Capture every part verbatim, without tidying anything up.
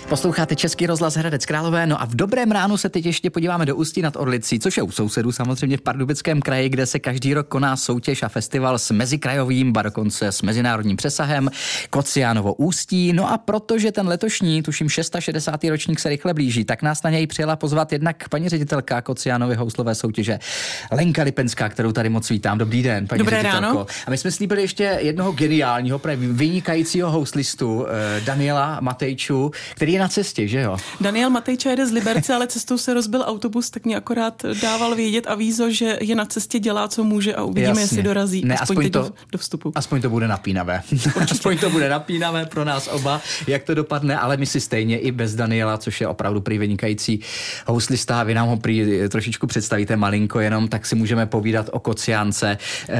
Posloucháte Český rozhlas Hradec Králové, no a v dobrém ránu se teď ještě podíváme do Ústí nad Orlicí, což je u sousedů samozřejmě v Pardubickém kraji, kde se každý rok koná soutěž a festival s mezikrajovým, ba dokonce s mezinárodním přesahem Kociánovo Ústí. No a protože ten letošní, tuším šedesátý šestý ročník se rychle blíží, tak nás na něj přijela pozvat jednak paní ředitelka Kociánovy houslové soutěže Lenka Lipenská, kterou tady moc vítám. Dobrý den, paní Dobré ředitelko. Ráno. A my jsme slíbili ještě jednoho geniálního, vynikajícího houslistu, Daniela Matejču, který je na cestě, že jo? Daniel Matejča jede z Liberce, ale cestou se rozbil autobus, tak mě akorát dával vědět avízo, že je na cestě, dělá, co může a uvidíme, Jasně. jestli dorazí. Ne, aspoň, aspoň to, do, do vstupu. Aspoň to bude napínavé. Aspoň to bude napínavé pro nás oba, jak to dopadne, ale my si stejně i bez Daniela, což je opravdu prý vynikající houslista, vy nám ho prý trošičku představíte malinko jenom, tak si můžeme povídat o Kociánce.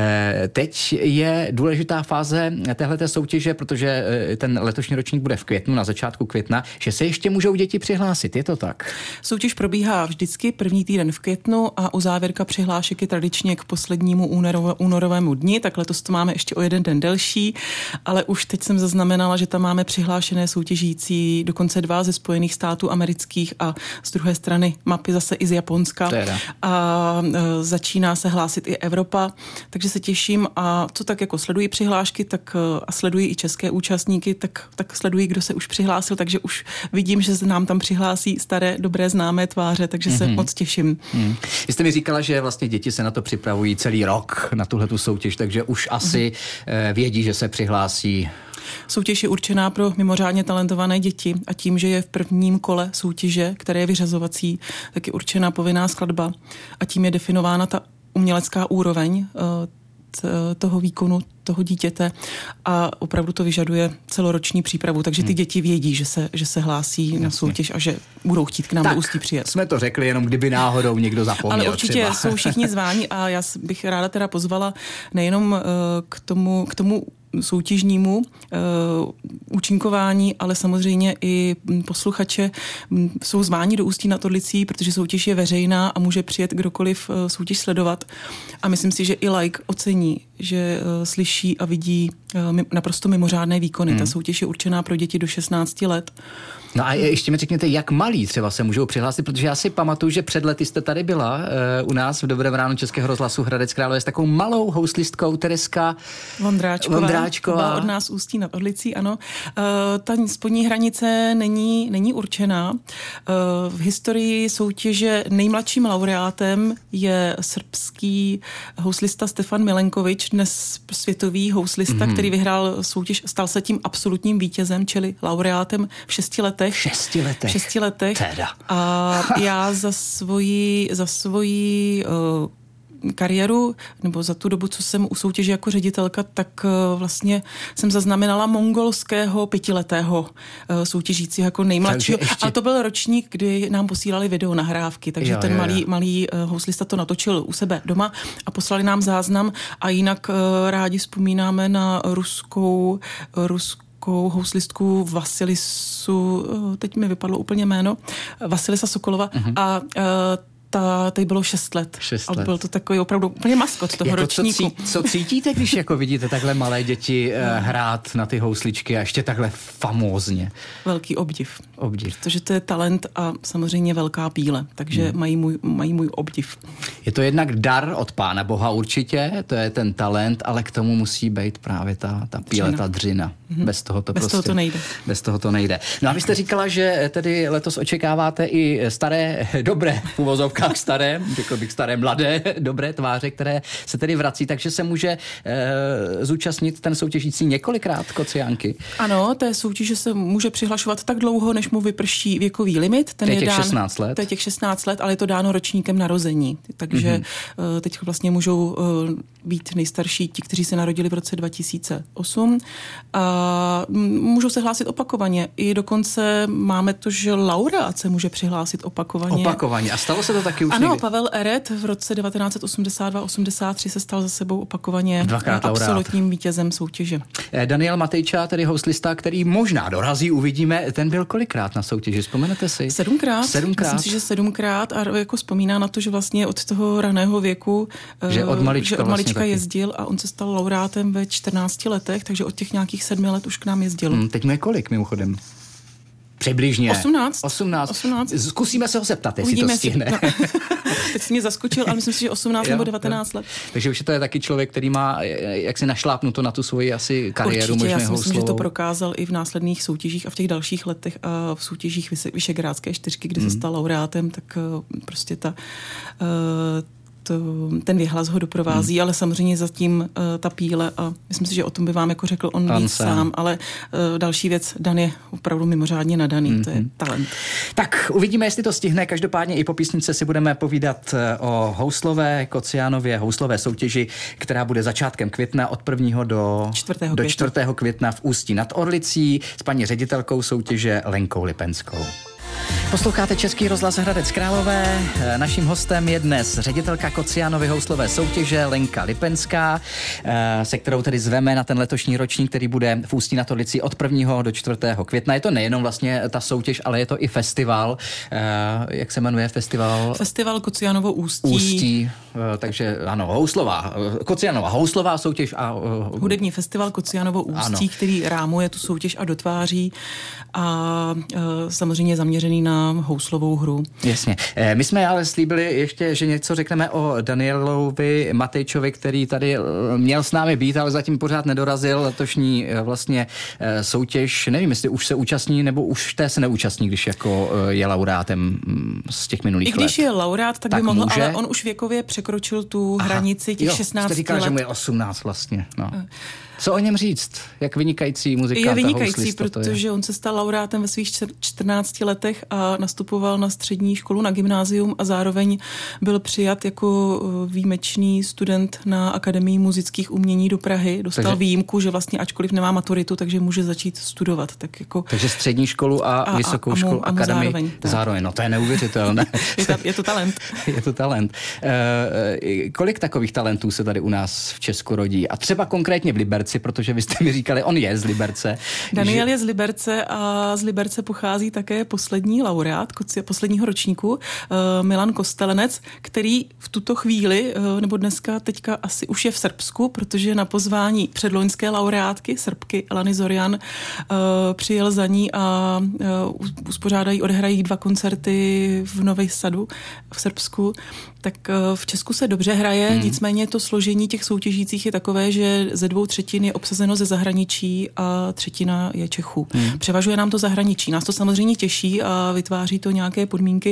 Teď je důležitá fáze téhleté soutěže, protože ten letošní ročník bude v květnu, na začátku května, že se ještě můžou děti přihlásit, je to tak? Soutěž probíhá vždycky první týden v květnu a uzávěrka přihlášek je tradičně k poslednímu únorové, únorovému dni, tak letos to máme ještě o jeden den delší, ale už teď jsem zaznamenala, že tam máme přihlášené soutěžící dokonce dva ze Spojených států amerických a z druhé strany mapy zase i z Japonska. Teda. A e, začíná se hlásit i Evropa, takže se těším a co tak jako sledují přihlášky, tak a sledují i české účastníky, tak, tak sledují, kdo se už přihlásil, takže už vidím, že se nám tam přihlásí staré, dobré, známé tváře, takže mm-hmm. se moc těším. Mm. Vy jste mi říkala, že vlastně děti se na to připravují celý rok, na tuhletu soutěž, takže už asi mm-hmm. vědí, že se přihlásí. Soutěž je určená pro mimořádně talentované děti a tím, že je v prvním kole soutěže, které je vyřazovací, tak je určená povinná skladba a tím je definována ta umělecká úroveň toho výkonu toho dítěte a opravdu to vyžaduje celoroční přípravu, takže ty děti vědí, že se, že se hlásí Jasně. na soutěž a že budou chtít k nám tak, do Ústí přijet. Jsme to řekli, jenom kdyby náhodou někdo zapomněl. Ale určitě třeba. jsou všichni zváni a já bych ráda teda pozvala nejenom uh, k tomu, k tomu soutěžnímu uh, účinkování, ale samozřejmě i posluchače m, jsou zváni do Ústí nad Orlicí, protože soutěž je veřejná a může přijet kdokoliv uh, soutěž sledovat. A myslím si, že i like ocení, že uh, slyší a vidí uh, mi, naprosto mimořádné výkony. Hmm. Ta soutěž je určená pro děti do šestnácti let. No a ještě mi řekněte, jak malí třeba se můžou přihlásit, protože já si pamatuju, že před lety jste tady byla uh, u nás v Dobrém ránu Českého rozhlasu Hradec Králové s takovou malou houslistkou Tereska Vondráčková. Vondráčková. Od nás Ústí nad Orlicí, ano. Uh, ta spodní hranice není, není určená. Uh, v historii soutěže nejmladším laureátem je srbský houslista Stefan Milenkovič, dnes světový houslista, mm-hmm. který vyhrál soutěž, stal se tím absolutním vítězem, čili laureátem v šesti letech. Šesti letech. V šesti letech. Teda. A já za svoji, za svoji uh, kariéru, nebo za tu dobu, co jsem u soutěže jako ředitelka, tak uh, vlastně jsem zaznamenala mongolského pětiletého uh, soutěžícího jako nejmladšího. Ještě... A to byl ročník, kdy nám posílali video nahrávky, takže jo, ten jo, malý, jo. malý uh, houslista to natočil u sebe doma a poslali nám záznam a jinak uh, rádi vzpomínáme na ruskou, uh, ruskou houslistku Vasilisu, teď mi vypadlo úplně jméno, Vasilisa Sokolova uh-huh. a uh, ta, tady bylo šest let. Šest a let. byl to takový opravdu úplně maskot toho jako ročníku. Co, cí, co cítíte, když jako vidíte takhle malé děti uh, hrát na ty housličky a ještě takhle famózně? Velký obdiv. Obdiv. Protože to je talent a samozřejmě velká píle, takže hmm. mají, můj, mají můj obdiv. Je to jednak dar od Pána Boha určitě, to je ten talent, ale k tomu musí být právě ta, ta píle, dřina. ta dřina. Hmm. Bez toho to bez prostě... toho to nejde. Bez toho to nejde. No a vy jste říkala, že tedy letos očekáváte i staré, dobré v uvozovkách staré, řekl bych staré, mladé, dobré tváře, které se tedy vrací, takže se může e, zúčastnit ten soutěžící několikrát Kociánky. Ano, té soutěže se může přihlašovat tak dlouho, než mu vyprší věkový limit. Ten to je je těch dán, šestnáct let. To je těch šestnáct let, ale je to dáno ročníkem narození. Takže mm-hmm. teď vlastně můžou být nejstarší ti, kteří se narodili v roce dva tisíce osm. A můžou se hlásit opakovaně. I dokonce máme to, že laureát se může přihlásit opakovaně. Opakovaně. A stalo se to taky už Ano, někdy? Pavel Eret v roce devatenáct osmdesát dva osmdesát tři se stal za sebou opakovaně Dvakrát absolutním laureát. vítězem soutěže. Daniel Matejča, tedy houslista, který možná dorazí, uvidíme, ten byl kolikrát na soutěži, vzpomenete si? Sedmkrát. Sedmkrát. Myslím si, že sedmkrát a jako vzpomíná na to, že vlastně od toho raného věku, že od malička, že od malička vlastně jezdil a on se stal laureátem ve čtrnácti letech, takže od těch nějakých sedmi let už k nám jezdil. Hmm, teď mu je kolik mimochodem? Přibližně. osmnáct. osmnáct. osmnáct. Zkusíme se ho zeptat, jestli Uvidíme to stihne. Si, no. Teď jsi mě zaskočil, ale myslím si, že osmnáct jo, nebo devatenáct jo. let. Takže už to je taky člověk, který má jaksi našlápnuto na tu svoji asi kariéru. Určitě, já si houslovou. myslím, že to prokázal i v následných soutěžích a v těch dalších letech a v soutěžích Vyšegrádské čtyřky, kdy hmm. se stal laureátem, tak prostě ta... Uh, To, ten věhlas ho doprovází, hmm. ale samozřejmě zatím uh, ta píle a myslím si, že o tom by vám jako řekl on, on víc sám, sám ale uh, další věc, Dan je opravdu mimořádně nadaný, hmm. to je talent. Tak uvidíme, jestli to stihne, každopádně i po písničce si budeme povídat o houslové, Kociánově houslové soutěži, která bude začátkem května od prvního do čtvrtého do čtvrtého května v Ústí nad Orlicí s paní ředitelkou soutěže Lenkou Lipenskou. Posloucháte Český rozhlas Hradec Králové. Naším hostem je dnes ředitelka Kociánovy houslové soutěže Lenka Lipenská, se kterou tedy zveme na ten letošní ročník, který bude v Ústí nad Orlicí od prvního do čtvrtého května. Je to nejenom vlastně ta soutěž, ale je to i festival. Jak se jmenuje festival? Festival Kociánovo Ústí. Ústí, takže ano, houslová. Kociánova houslová soutěž a... Hudební festival Kociánovo Ústí, ano. který rámuje tu soutěž a dotváří a samozřejmě zaměřený na houslovou hru. Jasně. My jsme ale slíbili ještě, že něco řekneme o Danielovi Matejčovi, který tady měl s námi být, ale zatím pořád nedorazil. Letošní vlastně soutěž, nevím, jestli už se účastní, nebo už té se neúčastní, když jako je laureátem z těch minulých let. I když let. je laureát, tak, tak by mohl, může. Ale on už věkově překročil tu Aha, hranici těch jo, šestnácti let. Jste říkal, že mu je osmnáct vlastně. No. Co o něm říct? Jak vynikající muzikant Je vynikající, houslista, protože je. on se stal laureátem ve svých čtrnácti letech a nastupoval na střední školu, na gymnázium a zároveň byl přijat jako výjimečný student na Akademii muzických umění do Prahy. Dostal takže, výjimku, že vlastně ačkoliv nemá maturitu, takže může začít studovat. Tak jako, takže střední školu a, a vysokou a, a mu, školu, a Akademii zároveň. zároveň. No to je neuvěřitelné. je, ta, je to talent. je to talent. E, kolik takových talentů se tady u nás v Česku rodí? A třeba konkrétně v Liberci, protože vy jste mi říkali, on je z Liberce. Daniel že... je z Liberce a z Liberce pochází také poslední laureát posledního ročníku, uh, Milan Kostelenec, který v tuto chvíli, uh, nebo dneska teďka asi už je v Srbsku, protože na pozvání předloňské laureátky, Srbky Lany Zorian, uh, přijel za ní a uh, uspořádají, odehrají dva koncerty v Novej Sadu v Srbsku. Tak uh, v Česku se dobře hraje, hmm. nicméně to složení těch soutěžících je takové, že ze dvou třetin je obsazeno ze zahraničí a třetina je Čechů. Hmm. Převažuje nám to zahraničí. Nás to samozřejmě těší a vytváří to nějaké podmínky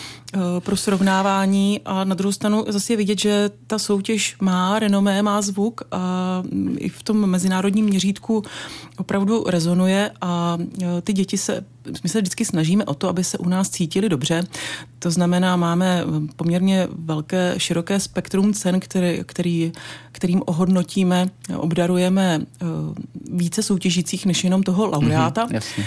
pro srovnávání a na druhou stranu zase je vidět, že ta soutěž má renomé, má zvuk a i v tom mezinárodním měřítku opravdu rezonuje a ty děti se, my se vždycky snažíme o to, aby se u nás cítili dobře. To znamená, máme poměrně velké, široké spektrum cen, který, který, kterým ohodnotíme, obdarujeme více soutěžících než jenom toho laureáta. Mm-hmm,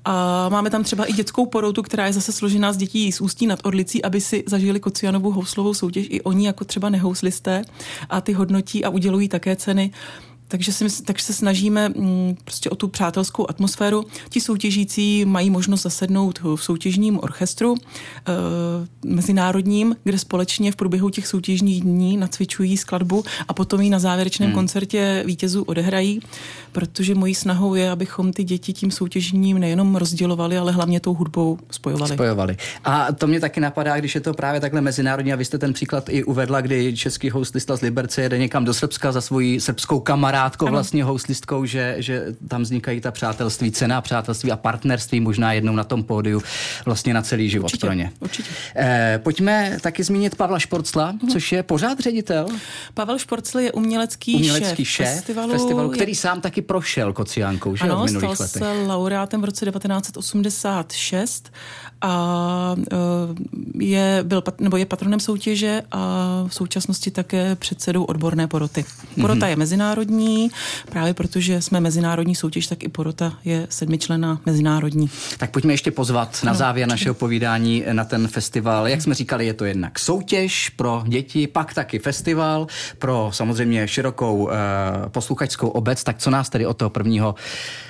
a máme tam třeba i dětskou porotu, která je zase složená z dětí z Ústí nad Orlicí, aby si zažili Kociánovu houslovou soutěž i oni jako třeba nehouslisté a ty hodnotí a udělují také ceny. Takže se, takže se snažíme m, prostě o tu přátelskou atmosféru. Ti soutěžící mají možnost zasednout v soutěžním orchestru e, mezinárodním, kde společně v průběhu těch soutěžních dní nacvičují skladbu a potom ji na závěrečném hmm. koncertě vítězů odehrají, protože mojí snahou je, abychom ty děti tím soutěžním nejenom rozdělovali, ale hlavně tou hudbou spojovali. Spojovali. A to mě taky napadá, když je to právě takhle mezinárodní a vy jste ten příklad i uvedla, kdy český houslista z Liberce jede někam do Srbska za svoji srbskou kamarádku, vlastně houslistkou, že, že tam vznikají ta přátelství, cena přátelství a partnerství možná jednou na tom pódiu vlastně na celý život určitě, pro ně. Určitě. Eh, pojďme taky zmínit Pavla Šporcla, uh-huh. což je pořád ředitel. Pavel Šporcl je umělecký, umělecký šéf, šéf festivalu, festivalu, který je... sám taky prošel Kociánkou, že ano, v minulých letech. Ano, stal se laureátem v roce devatenáct set osmdesát šest a je, byl, nebo je patronem soutěže a v současnosti také předsedou odborné poroty. Porota mm-hmm. je mezinárodní, právě protože jsme mezinárodní soutěž, tak i porota je sedmičlenná mezinárodní. Tak pojďme ještě pozvat na závěr našeho povídání na ten festival. Jak jsme říkali, je to jednak soutěž pro děti, pak taky festival pro samozřejmě širokou uh, posluchačskou obec. Tak co nás tedy od toho prvního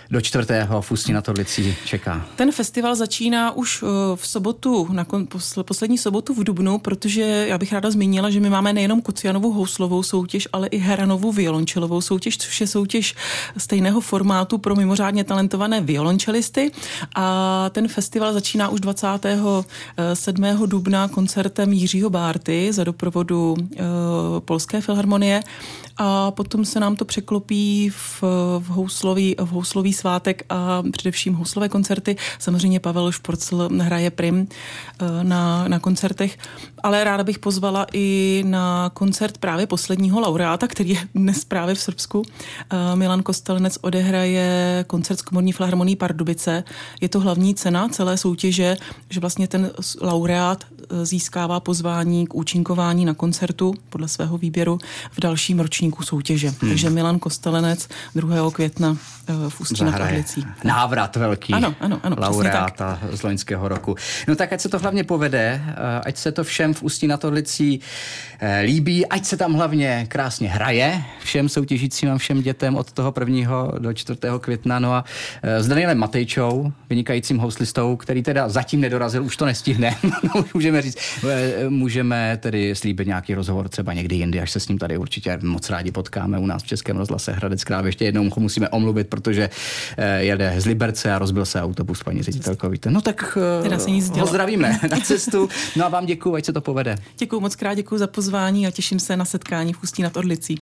do čtvrtého v Ústí nad Orlicí čeká? Ten festival začíná už v sobotu, na kon, poslední sobotu v dubnu, protože já bych ráda zmínila, že my máme nejenom Kucianovu houslovou soutěž, ale i Heranovu violončelovou soutěž, což je soutěž stejného formátu pro mimořádně talentované violončelisty. A ten festival začíná už dvacátého sedmého dubna koncertem Jiřího Bárty za doprovodu uh, Polské filharmonie a potom se nám to překlopí v, v, houslový, v houslový svátek a především houslové koncerty. Samozřejmě Pavel Šporcl hraje prim uh, na, na koncertech, ale ráda bych pozvala i na koncert právě posledního laureáta, který je dnes právě v Srbsku. Uh, Milan Kostelnec odehraje koncert s Komorní filharmonií Pardubice. Je to hlavní cena celé soutěže, že vlastně ten laureát získává pozvání k účinkování na koncertu podle svého výběru v dalším ročníku soutěže. Hmm. Takže Milan Kostelenec druhého května v Ústí nad Orlicí. Návrat velký ano, ano, ano, laureáta z loňského roku. No tak ať se to hlavně povede, ať se to všem v Ústí nad Orlicí líbí, ať se tam hlavně krásně hraje všem soutěžícím a všem dětem od toho prvního do čtvrtého května. No a s Danielem Matejčou, vynikajícím houslistou, který teda zatím nedorazil, už to nestihne, můžeme říct. Můžeme tedy slíbit nějaký rozhovor třeba někdy jindy, až se s ním tady určitě moc rádi potkáme u nás v Českém rozhlase Hradec Králové. Ještě jednou ho musíme omluvit, protože jede z Liberce a rozbil se autobus, paní ředitelko, víte. No tak ho zdravíme na cestu. No a vám děkuju, ať se to povede. Děkuju moc krát, děkuju za pozvání a těším se na setkání v Ústí nad Orlicí.